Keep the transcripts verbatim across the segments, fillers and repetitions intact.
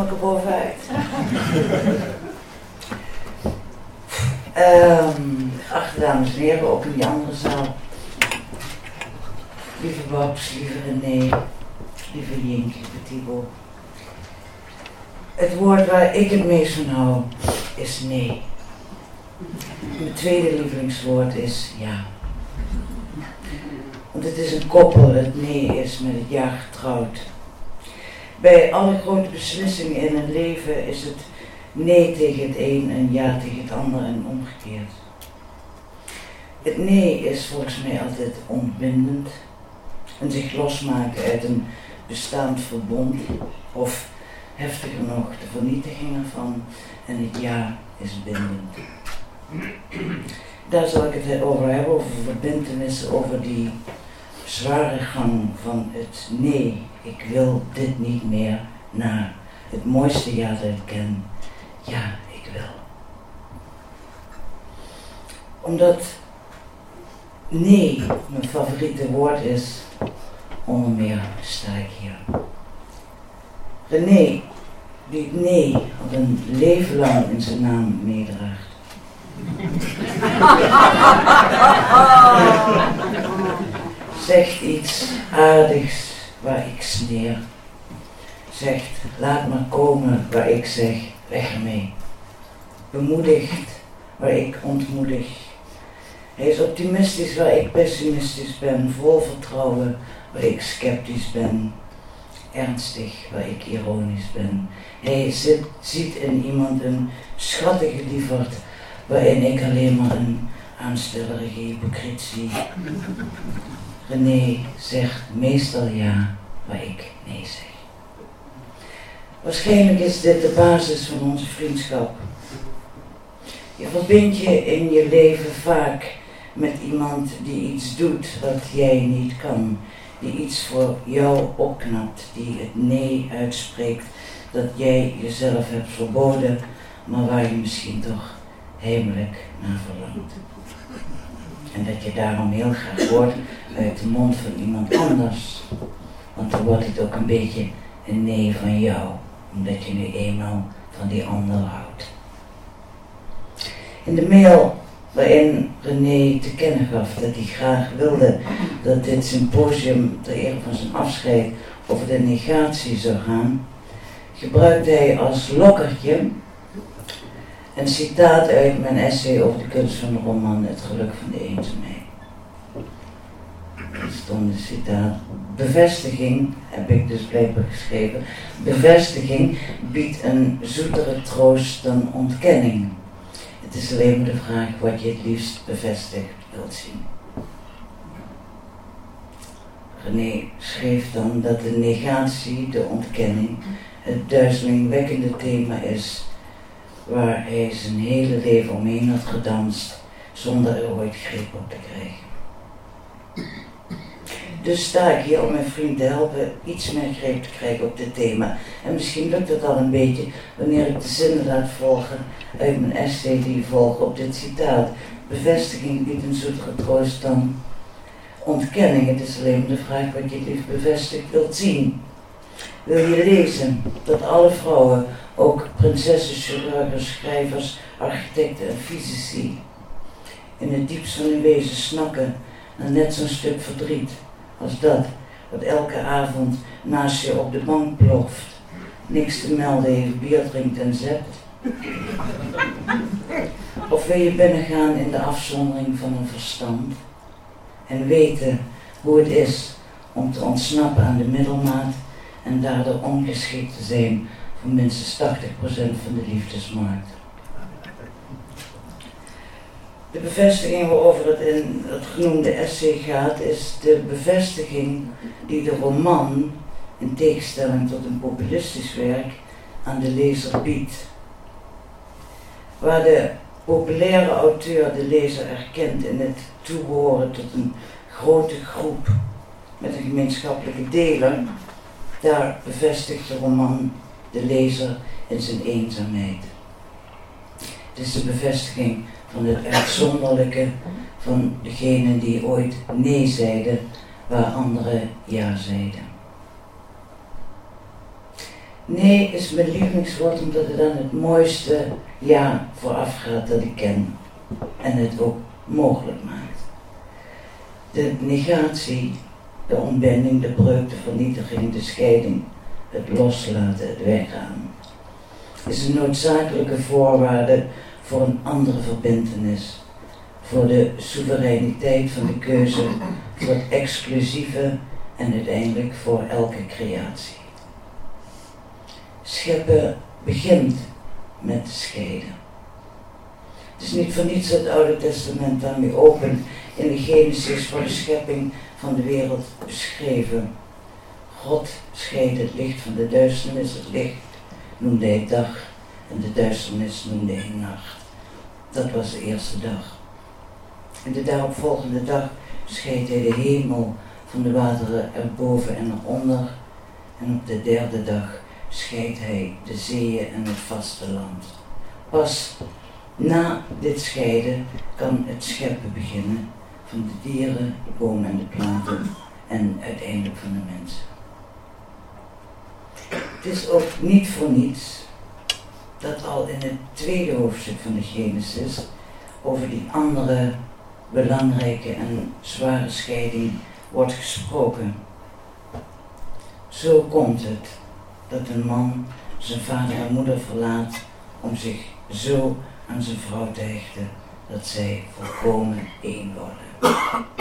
kom ik er bovenuit. um, Achte dames en heren, ook in die andere zaal. Lieve Babs, lieve René, lieve Jink, lieve Thibaut. Het woord waar ik het meest van hou is nee. Mijn tweede lievelingswoord is ja. Want het is een koppel, het nee is met het ja getrouwd. Bij alle grote beslissingen in een leven is het nee tegen het een en ja tegen het ander en omgekeerd. Het nee is volgens mij altijd ontbindend. En zich losmaken uit een bestaand verbond. Of heftiger nog, de vernietiging ervan. En het ja is bindend. Daar zal ik het over hebben, over verbintenissen, over die zware gang van het nee, ik wil dit niet meer, naar het mooiste ja dat ik ken, ja, ik wil. Omdat nee mijn favoriete woord is, onder meer sta ik hier. René, die het nee al een leven lang in zijn naam meedraagt. Zegt iets aardigs waar ik sneer. Zegt, laat maar komen waar ik zeg, weg ermee. Bemoedigt waar ik ontmoedig. Hij is optimistisch waar ik pessimistisch ben. Vol vertrouwen waar ik sceptisch ben. Ernstig waar ik ironisch ben. Hij zit, ziet in iemand een schattige lieverd waarin ik alleen maar een aanstellerige hypocriet zie. René zegt meestal ja waar ik nee zeg. Waarschijnlijk is dit de basis van onze vriendschap. Je verbindt je in je leven vaak met iemand die iets doet wat jij niet kan. Die iets voor jou opknapt, die het nee uitspreekt dat jij jezelf hebt verboden, maar waar je misschien toch heimelijk naar verlangt. En dat je daarom heel graag hoort uit de mond van iemand anders. Want dan wordt het ook een beetje een nee van jou, omdat je nu eenmaal van die ander houdt. In de mail waarin René te kennen gaf dat hij graag wilde dat dit symposium ter ere van zijn afscheid over de negatie zou gaan, gebruikte hij als lokkertje een citaat uit mijn essay over de kunst van de roman Het geluk van de eenzaamheid. Er stond een citaat. Bevestiging, heb ik dus blijkbaar geschreven, bevestiging biedt een zoetere troost dan ontkenning. Het is alleen maar de vraag wat je het liefst bevestigd wilt zien. René schreef dan dat de negatie, de ontkenning, het duizelingwekkende thema is waar hij zijn hele leven omheen had gedanst zonder er ooit greep op te krijgen. Dus sta ik hier om mijn vriend te helpen iets meer greep te krijgen op dit thema. En misschien lukt het al een beetje wanneer ik de zinnen laat volgen uit mijn essay die volgen op dit citaat. Bevestiging biedt een zoetere troost dan ontkenning. Het is alleen de vraag wat je het liefst bevestigd wilt zien. Wil je lezen dat alle vrouwen, ook prinsessen, chirurgen, schrijvers, architecten en fysici, in het diepst van hun wezen snakken naar net zo'n stuk verdriet als dat wat elke avond naast je op de bank ploft, niks te melden heeft, bier drinkt en zept? Of wil je binnengaan in de afzondering van een verstand en weten hoe het is om te ontsnappen aan de middelmaat en daardoor ongeschikt te zijn voor minstens tachtig procent van de liefdesmarkt? De bevestiging waarover het in het genoemde essay gaat, is de bevestiging die de roman, in tegenstelling tot een populistisch werk, aan de lezer biedt. Waar de populaire auteur de lezer erkent in het toebehoren tot een grote groep met een gemeenschappelijke deler, daar bevestigt de roman de lezer in zijn eenzaamheid. Het is de bevestiging van het uitzonderlijke van degenen die ooit nee zeiden waar anderen ja zeiden. Nee is mijn lievelingswoord omdat het dan het mooiste ja vooraf gaat dat ik ken. En het ook mogelijk maakt. De negatie, de ontbinding, de breuk, de vernietiging, de scheiding, het loslaten, het weggaan, is een noodzakelijke voorwaarde voor een andere verbintenis, voor de soevereiniteit van de keuze, voor het exclusieve en uiteindelijk voor elke creatie. Scheppen begint met scheiden. Het is niet voor niets dat het Oude Testament daarmee opent in de Genesis voor de schepping van de wereld beschreven. God scheidde het licht van de duisternis, het licht noemde hij dag en de duisternis noemde hij nacht. Dat was de eerste dag. En de daaropvolgende dag scheidt hij de hemel van de wateren erboven en eronder. En op de derde dag scheidt hij de zeeën en het vasteland. Pas na dit scheiden kan het scheppen beginnen van de dieren, de bomen en de planten en uiteindelijk van de mensen. Het is ook niet voor niets dat al in het tweede hoofdstuk van de Genesis over die andere belangrijke en zware scheiding wordt gesproken. Zo komt het dat een man zijn vader en moeder verlaat om zich zo aan zijn vrouw te hechten dat zij volkomen één worden.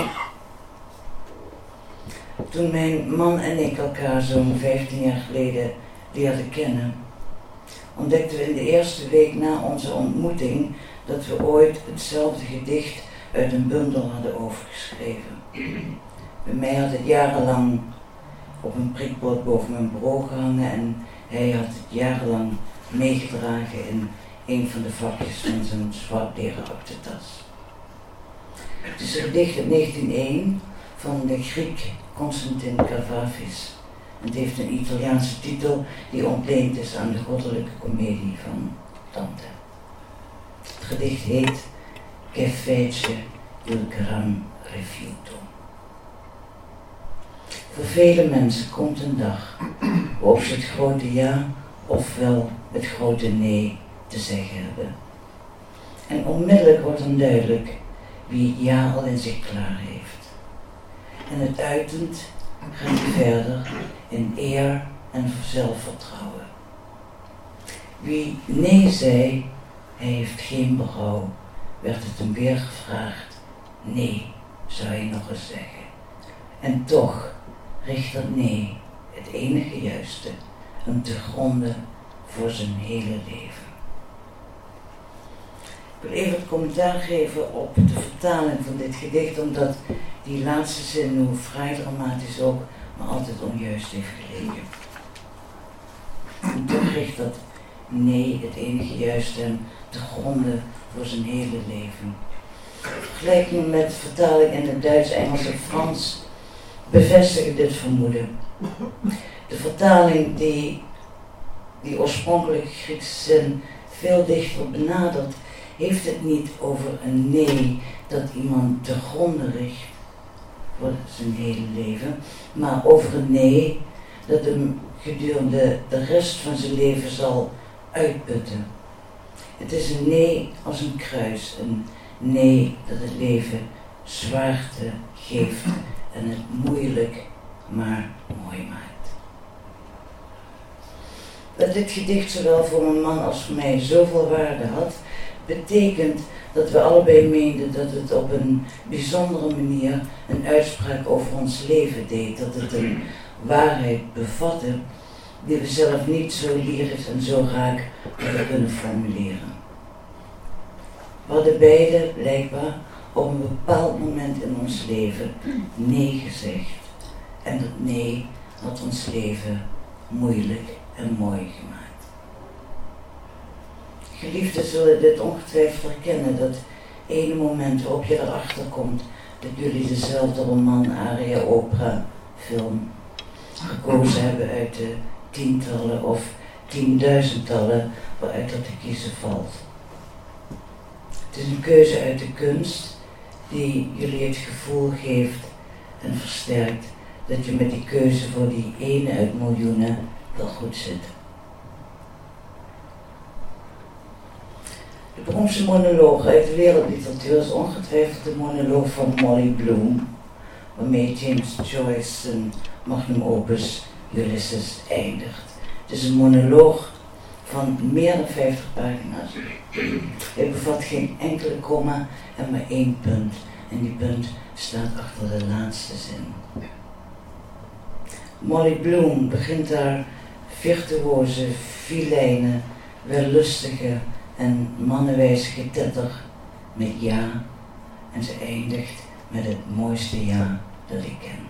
Toen mijn man en ik elkaar zo'n vijftien jaar geleden leerden kennen, ontdekten we in de eerste week na onze ontmoeting dat we ooit hetzelfde gedicht uit een bundel hadden overgeschreven. Bij mij had het jarenlang op een prikbord boven mijn bureau gehangen en hij had het jarenlang meegedragen in een van de vakjes van zijn zwart leren aktentas. Het is een gedicht uit negentien één van de Griek Constantin Cavafis. Het heeft een Italiaanse titel die ontleend is aan de goddelijke komedie van Dante. Het gedicht heet Che fece il gran rifiuto. Voor vele mensen komt een dag waarop ze het grote ja ofwel het grote nee te zeggen hebben. En onmiddellijk wordt dan duidelijk wie het ja al in zich klaar heeft. En het uitend gaat verder in eer en zelfvertrouwen. Wie nee zei, hij heeft geen berouw, werd het hem weer gevraagd. Nee, zou je nog eens zeggen. En toch richt dat nee, het enige juiste, hem te gronden voor zijn hele leven. Ik wil even het commentaar geven op de vertaling van dit gedicht, omdat die laatste zin, hoe vrij dramatisch ook, maar altijd onjuist heeft gelegen. En toch richt dat nee, het enige juiste, hem te gronden voor zijn hele leven. Vergelijking met vertaling in het Duits, Engels en Frans bevestigen dit vermoeden. De vertaling die die oorspronkelijke Griekse zin veel dichter benadert, heeft het niet over een nee dat iemand te gronden richt voor zijn hele leven, maar over een nee dat hem gedurende de rest van zijn leven zal uitputten. Het is een nee als een kruis, een nee dat het leven zwaarte geeft en het moeilijk maar mooi maakt. Dat dit gedicht zowel voor mijn man als voor mij zoveel waarde had, betekent dat we allebei meenden dat het op een bijzondere manier een uitspraak over ons leven deed, dat het een waarheid bevatte die we zelf niet zo lyrisch en zo raak hadden kunnen formuleren. We hadden beide blijkbaar op een bepaald moment in ons leven nee gezegd. En dat nee had ons leven moeilijk en mooi gemaakt. Geliefden zullen dit ongetwijfeld herkennen, dat ene moment waarop je erachter komt dat jullie dezelfde roman, aria, opera, film gekozen hebben uit de tientallen of tienduizendtallen waaruit er te kiezen valt. Het is een keuze uit de kunst die jullie het gevoel geeft en versterkt dat je met die keuze voor die ene uit miljoenen wel goed zit. De beroemdste monoloog uit de wereldliteratuur is ongetwijfeld de monoloog van Molly Bloom, waarmee James Joyce zijn magnum opus Ulysses eindigt. Het is een monoloog van meer dan vijftig pagina's. Hij bevat geen enkele komma en maar één punt. En die punt staat achter de laatste zin. Molly Bloom begint haar virtuoze, filijne, wellustige en mannenwijze getetter met ja en ze eindigt met het mooiste ja dat ik ken.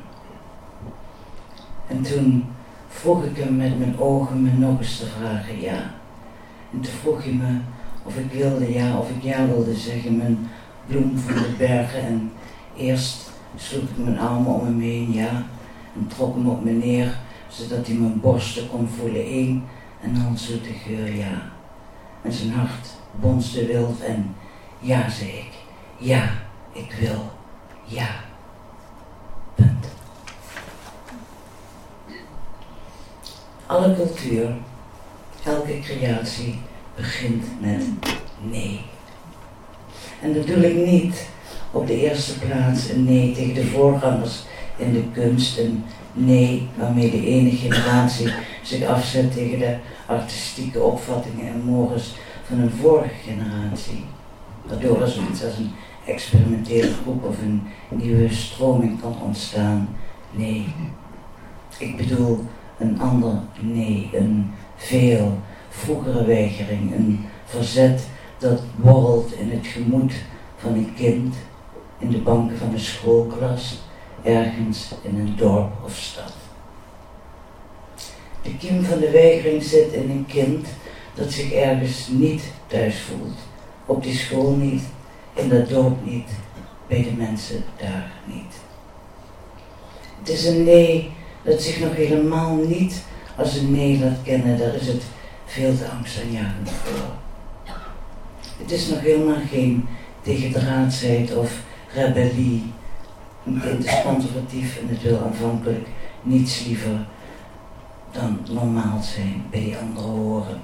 En toen vroeg ik hem met mijn ogen me nog eens te vragen ja. En toen vroeg hij me of ik wilde ja, of ik ja wilde zeggen, mijn bloem van de bergen. En eerst sloeg ik mijn armen om hem heen, ja, en trok hem op me neer, zodat hij mijn borsten kon voelen, één en dan zoete geur, ja. En zijn hart bonsde wild en ja, zei ik, ja, ik wil, ja, punt. Alle cultuur, elke creatie begint met nee. En dat bedoel ik niet op de eerste plaats een nee tegen de voorgangers in de kunst, een nee waarmee de ene generatie zich afzet tegen de artistieke opvattingen en mores van een vorige generatie, waardoor er zoiets als een experimentele groep of een nieuwe stroming kan ontstaan. Nee, ik bedoel een ander nee, een veel vroegere weigering, een verzet dat borrelt in het gemoed van een kind, in de banken van een schoolklas, ergens in een dorp of stad. De kiem van de weigering zit in een kind dat zich ergens niet thuis voelt, op die school niet, in dat dorp niet, bij de mensen daar niet. Het is een nee dat zich nog helemaal niet als een nee laat kennen, daar is het veel te angstaanjagend voor. Het is nog helemaal geen tegendraadsheid of rebellie. Een kind is conservatief en het wil aanvankelijk niets liever dan normaal zijn, bij die anderen horen.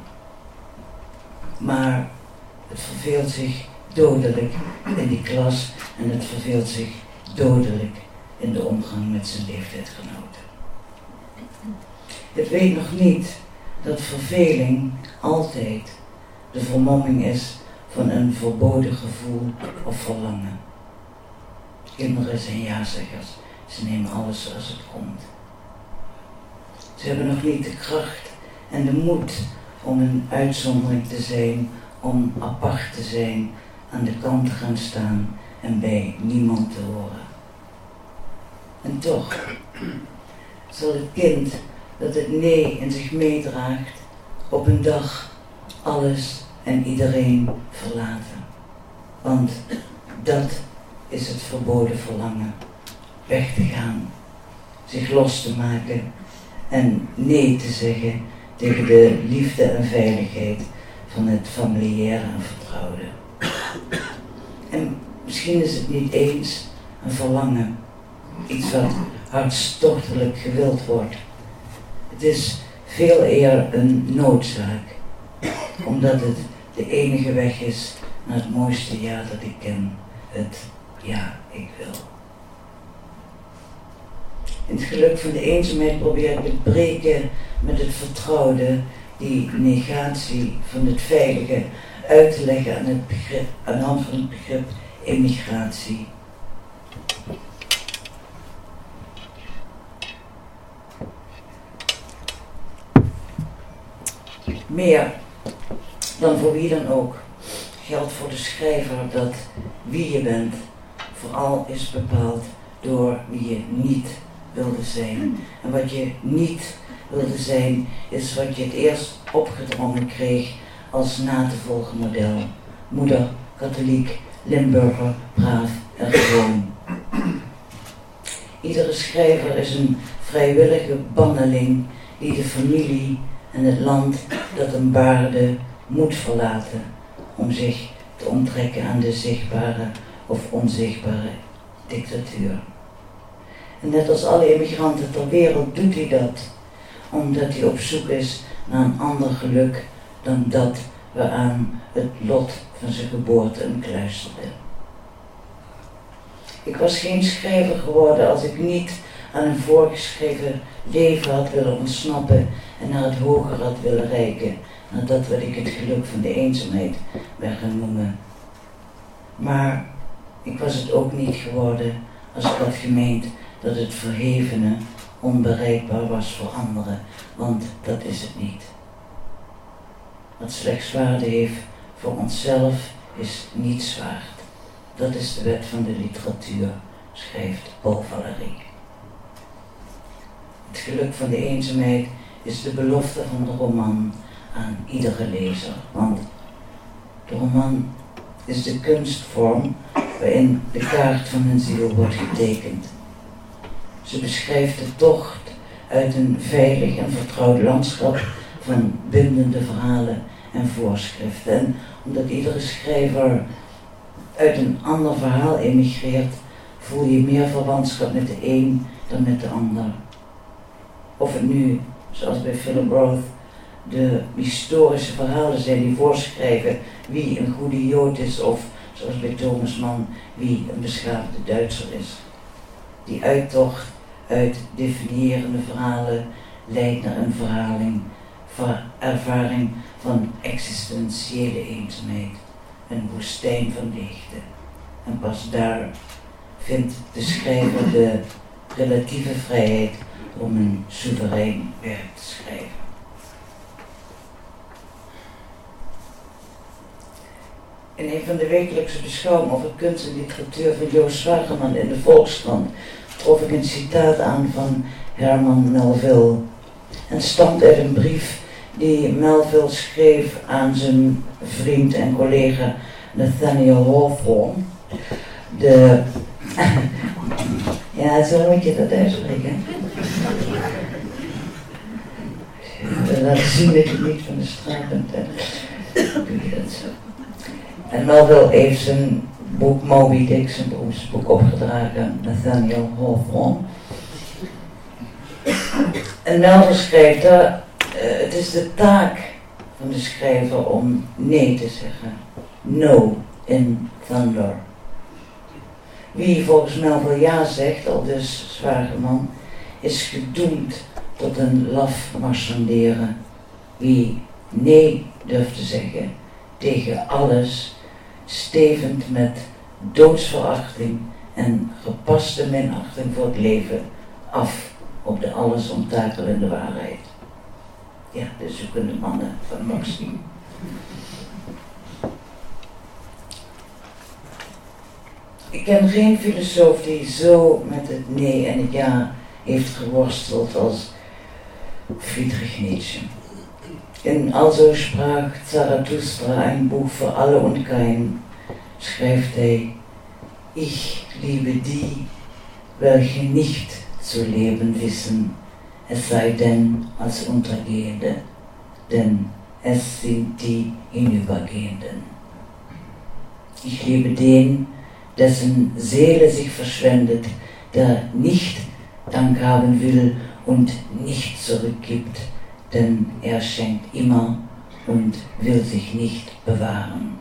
Maar het verveelt zich dodelijk in die klas en het verveelt zich dodelijk in de omgang met zijn leeftijdsgenoten. Het weet nog niet dat verveling altijd de vermomming is van een verboden gevoel of verlangen. Kinderen zijn ja-zeggers, ze nemen alles zoals het komt. Ze hebben nog niet de kracht en de moed om een uitzondering te zijn, om apart te zijn, aan de kant te gaan staan en bij niemand te horen. En toch zal het kind dat het nee in zich meedraagt op een dag alles en iedereen verlaten. Want dat is het verboden verlangen. Weg te gaan, zich los te maken en nee te zeggen tegen de liefde en veiligheid van het familiaire en vertrouwde. En misschien is het niet eens een verlangen, iets wat hartstochtelijk gewild wordt. Het is veel eer een noodzaak, omdat het de enige weg is naar het mooiste ja dat ik ken, het ja, ik wil. In het geluk van de eenzaamheid probeer ik het breken met het vertrouwde, die negatie van het veilige uit te leggen aan, het begrip, aan de hand van het begrip immigratie. Meer dan voor wie dan ook geldt voor de schrijver dat wie je bent vooral is bepaald door wie je niet wilde zijn. En wat je niet wilde zijn is wat je het eerst opgedrongen kreeg als na te volgen model. Moeder, katholiek, Limburger, braaf en gewoon. Iedere schrijver is een vrijwillige banneling die de familie en het land dat hem baarde moet verlaten om zich te onttrekken aan de zichtbare of onzichtbare dictatuur. En net als alle immigranten ter wereld doet hij dat, omdat hij op zoek is naar een ander geluk dan dat waaraan het lot van zijn geboorte hem kluisterde. Ik was geen schrijver geworden als ik niet aan een voorgeschreven leven had willen ontsnappen en naar het hoger had willen reiken, naar dat wat ik het geluk van de eenzaamheid ben gaan noemen. Maar ik was het ook niet geworden als ik had gemeend dat het verhevene onbereikbaar was voor anderen, want dat is het niet. Wat slechts waarde heeft voor onszelf is niets waard. Dat is de wet van de literatuur, schrijft Paul Valéry. Het geluk van de eenzaamheid is de belofte van de roman aan iedere lezer, want de roman is de kunstvorm waarin de kaart van een ziel wordt getekend. Ze beschrijft de tocht uit een veilig en vertrouwd landschap van bindende verhalen en voorschriften. En omdat iedere schrijver uit een ander verhaal emigreert, voel je meer verwantschap met de een dan met de ander. Of het nu, zoals bij Philip Roth, de historische verhalen zijn die voorschrijven wie een goede Jood is, of zoals bij Thomas Mann, wie een beschaafde Duitser is. Die uittocht uit definiërende verhalen leidt naar een verhaling, van ervaring van existentiële eenzaamheid, een woestijn van leegte. En pas daar vindt de schrijver de relatieve vrijheid om een soeverein werk te schrijven. In een van de wekelijkse beschouwingen over kunst en literatuur van Joost Zwageman in de Volkskrant trof ik een citaat aan van Herman Melville. En stamt uit een brief die Melville schreef aan zijn vriend en collega Nathaniel Hawthorne. De ja, zo moet je dat uitspreken. Laten zien dat je niet van de straat bent. Doe je dat zo. En Melville heeft zijn boek Moby Dick, zijn beroepsboek, opgedragen, Nathaniel Hawthorne. En Melville schrijft daar, uh, het is de taak van de schrijver om nee te zeggen. No in thunder. Wie volgens Melville ja zegt, al dus Zwageman, is gedoemd tot een laf marchanderen. Wie nee durft te zeggen tegen alles, stevend met doodsverachting en gepaste minachting voor het leven af op de alles omtakelende waarheid. Ja, de zoekende mannen van Maxime. Ik ken geen filosoof die zo met het nee en het ja heeft geworsteld als Friedrich Nietzsche. In Also sprach Zarathustra, ein Buch für alle und kein, schrijft hij: Ich liebe die, welche nicht zu leben wissen, es sei denn als Untergehende, denn es sind die Hinübergehenden. Ich liebe den, dessen Seele sich verschwendet, der nicht Dank haben will und nicht zurückgibt, denn er schenkt immer und will sich nicht bewahren.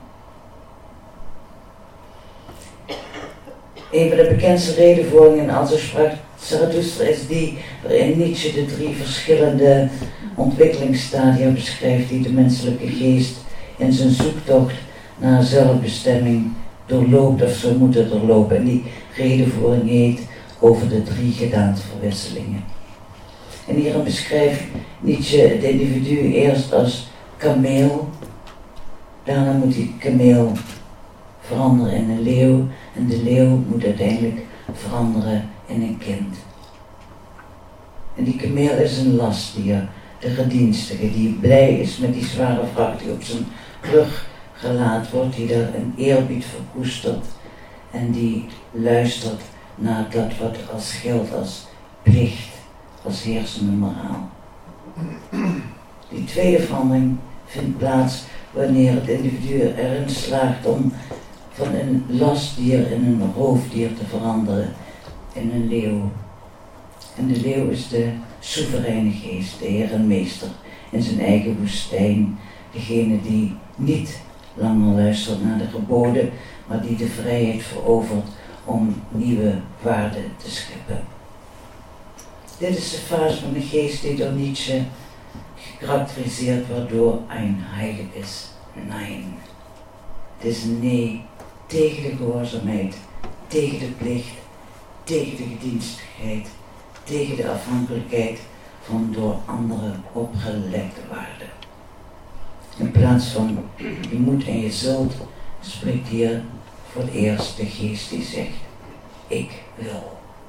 Een van de bekendste redenvoeringen in Also sprach Zarathustra is die waarin Nietzsche de drie verschillende ontwikkelingsstadia beschrijft die de menselijke geest in zijn zoektocht naar zelfbestemming doorloopt of zou moeten doorlopen. En die redenvoering heet over de drie gedaanteverwisselingen. En hierin beschrijft Nietzsche het individu eerst als kameel, daarna moet die kameel veranderen in een leeuw en de leeuw moet uiteindelijk veranderen in een kind. En die kameel is een lastdier, de gedienstige, die blij is met die zware vracht die op zijn rug gelaat wordt, die er een eerbied voor koestert en die luistert naar dat wat als geldt als plicht, als heersende moraal. Die tweede verandering vindt plaats wanneer het individu erin slaagt om van een lastdier in een roofdier te veranderen, in een leeuw. En de leeuw is de soevereine geest, de heer en meester in zijn eigen woestijn, degene die niet langer luistert naar de geboden, maar die de vrijheid verovert om nieuwe waarden te scheppen. Dit is de fase van de geest die door Nietzsche gekarakteriseerd wordt door een heiliges nein. Het is een nee tegen de gehoorzaamheid, tegen de plicht, tegen de gedienstigheid, tegen de afhankelijkheid van door anderen opgelegde waarden. In plaats van je moet en je zult, spreekt hier voor het eerst de geest die zegt, ik wil.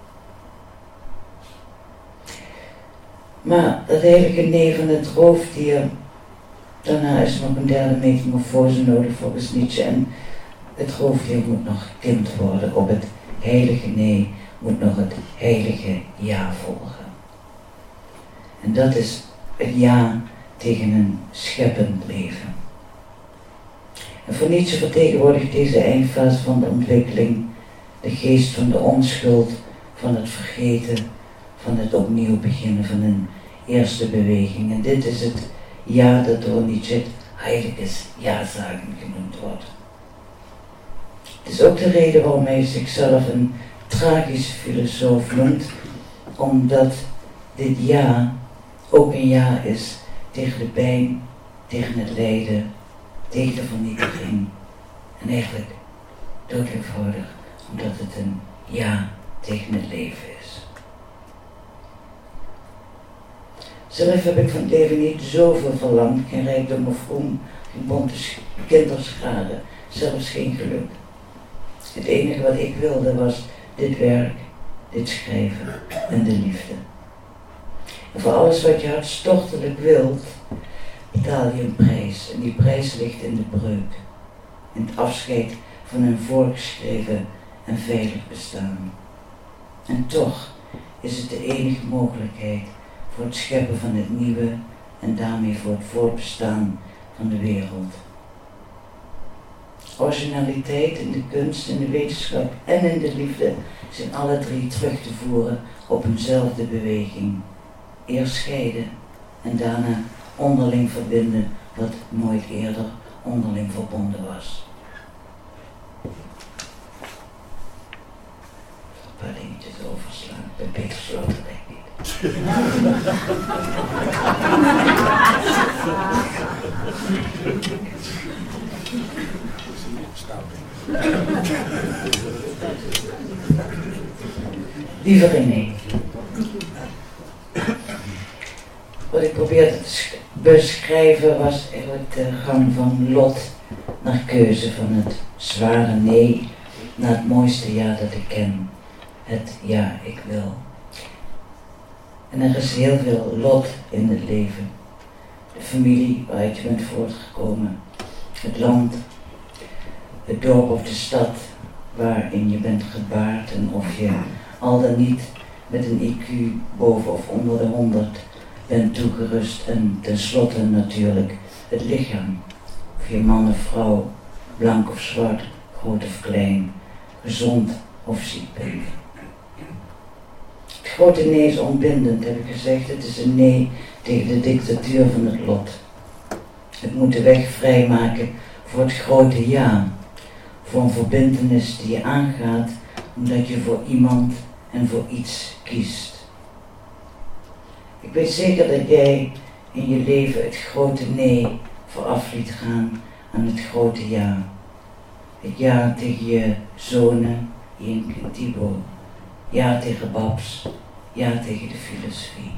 Maar dat heilige nee van het roofdier, daarna is nog een derde metamorfose nodig volgens Nietzsche en het roofdier moet nog getimd worden. Op het heilige nee moet nog het heilige ja volgen. En dat is het ja tegen een scheppend leven. En voor Nietzsche vertegenwoordigt deze eindfase van de ontwikkeling de geest van de onschuld, van het vergeten, van het opnieuw beginnen van een eerste beweging. En dit is het ja dat door Nietzsche het heiliges ja-zagen genoemd wordt. Het is ook de reden waarom hij zichzelf een tragische filosoof noemt, omdat dit ja ook een ja is tegen de pijn, tegen het lijden, tegen de vernietiging en eigenlijk dood eenvoudig omdat het een ja tegen het leven is. Zelf heb ik van het leven niet zoveel verlangd, geen rijkdom of roem, geen bonte kinderschade, zelfs geen geluk. Het enige wat ik wilde was dit werk, dit schrijven en de liefde. En voor alles wat je hartstochtelijk wilt, betaal je een prijs. En die prijs ligt in de breuk, in het afscheid van een voorgeschreven en veilig bestaan. En toch is het de enige mogelijkheid voor het scheppen van het nieuwe en daarmee voor het voortbestaan van de wereld. Originaliteit in de kunst, in de wetenschap en in de liefde zijn alle drie terug te voeren op eenzelfde beweging. Eerst scheiden en daarna onderling verbinden wat nooit eerder onderling verbonden was. Een paar dingetjes overslaan, bij Peter Sloterdijk niet. Lieve René, wat ik probeerde te beschrijven was eigenlijk de gang van lot naar keuze, van het zware nee naar het mooiste ja dat ik ken, het ja ik wil. En er is heel veel lot in het leven. De familie waaruit je bent voortgekomen, het land, het dorp of de stad waarin je bent gebaard en of je al dan niet met een I Q boven of onder de honderd bent toegerust en tenslotte natuurlijk het lichaam. Of je man of vrouw, blank of zwart, groot of klein, gezond of ziek bent. Het grote nee is ontbindend, heb ik gezegd. Het is een nee tegen de dictatuur van het lot. Het moet de weg vrijmaken voor het grote ja. Voor een verbintenis die je aangaat omdat je voor iemand en voor iets kiest. Ik weet zeker dat jij in je leven het grote nee vooraf liet gaan aan het grote ja. Het ja tegen je zonen, Jink en Thibaut. Ja tegen Babs. Ja tegen de filosofie.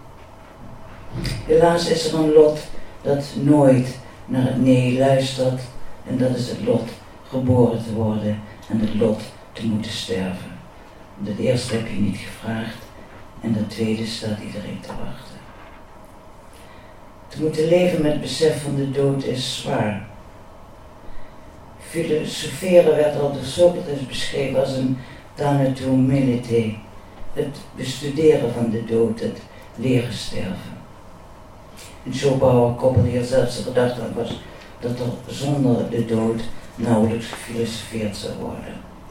Helaas is er een lot dat nooit naar het nee luistert. En dat is het lot geboren te worden en het lot te moeten sterven. Dat eerste heb je niet gevraagd en dat tweede staat iedereen te wachten. Te moeten leven met het besef van de dood is zwaar. Filosoferen werd al door Socrates beschreven als een thanatou melite, het bestuderen van de dood, het leren sterven. En Schopenhauer koppelde hier zelfs de gedachte aan was dat er zonder de dood nauwelijks gefilosofeerd zou worden.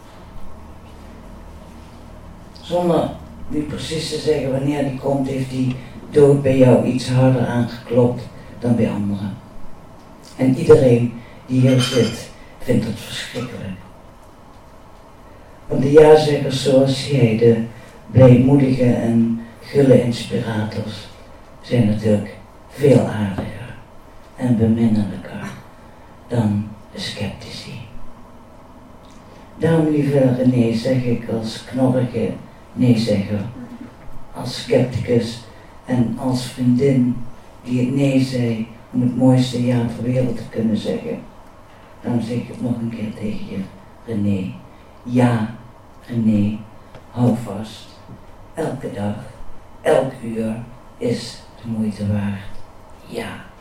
Zonder nu precies te zeggen wanneer die komt, heeft die dood bij jou iets harder aangeklopt dan bij anderen. En iedereen die hier zit, vindt het verschrikkelijk. Want de ja-zeggers zoals jij, de blijmoedige en gulle inspirators, zijn natuurlijk veel aardiger en beminnelijker dan de sceptici. Daarom, lieve René, zeg ik als knorrige nee-zegger, als scepticus en als vriendin die het nee zei om het mooiste ja ter wereld te kunnen zeggen. Daarom zeg ik het nog een keer tegen je, René. Ja, René, hou vast. Elke dag, elk uur is de moeite waard. Ja.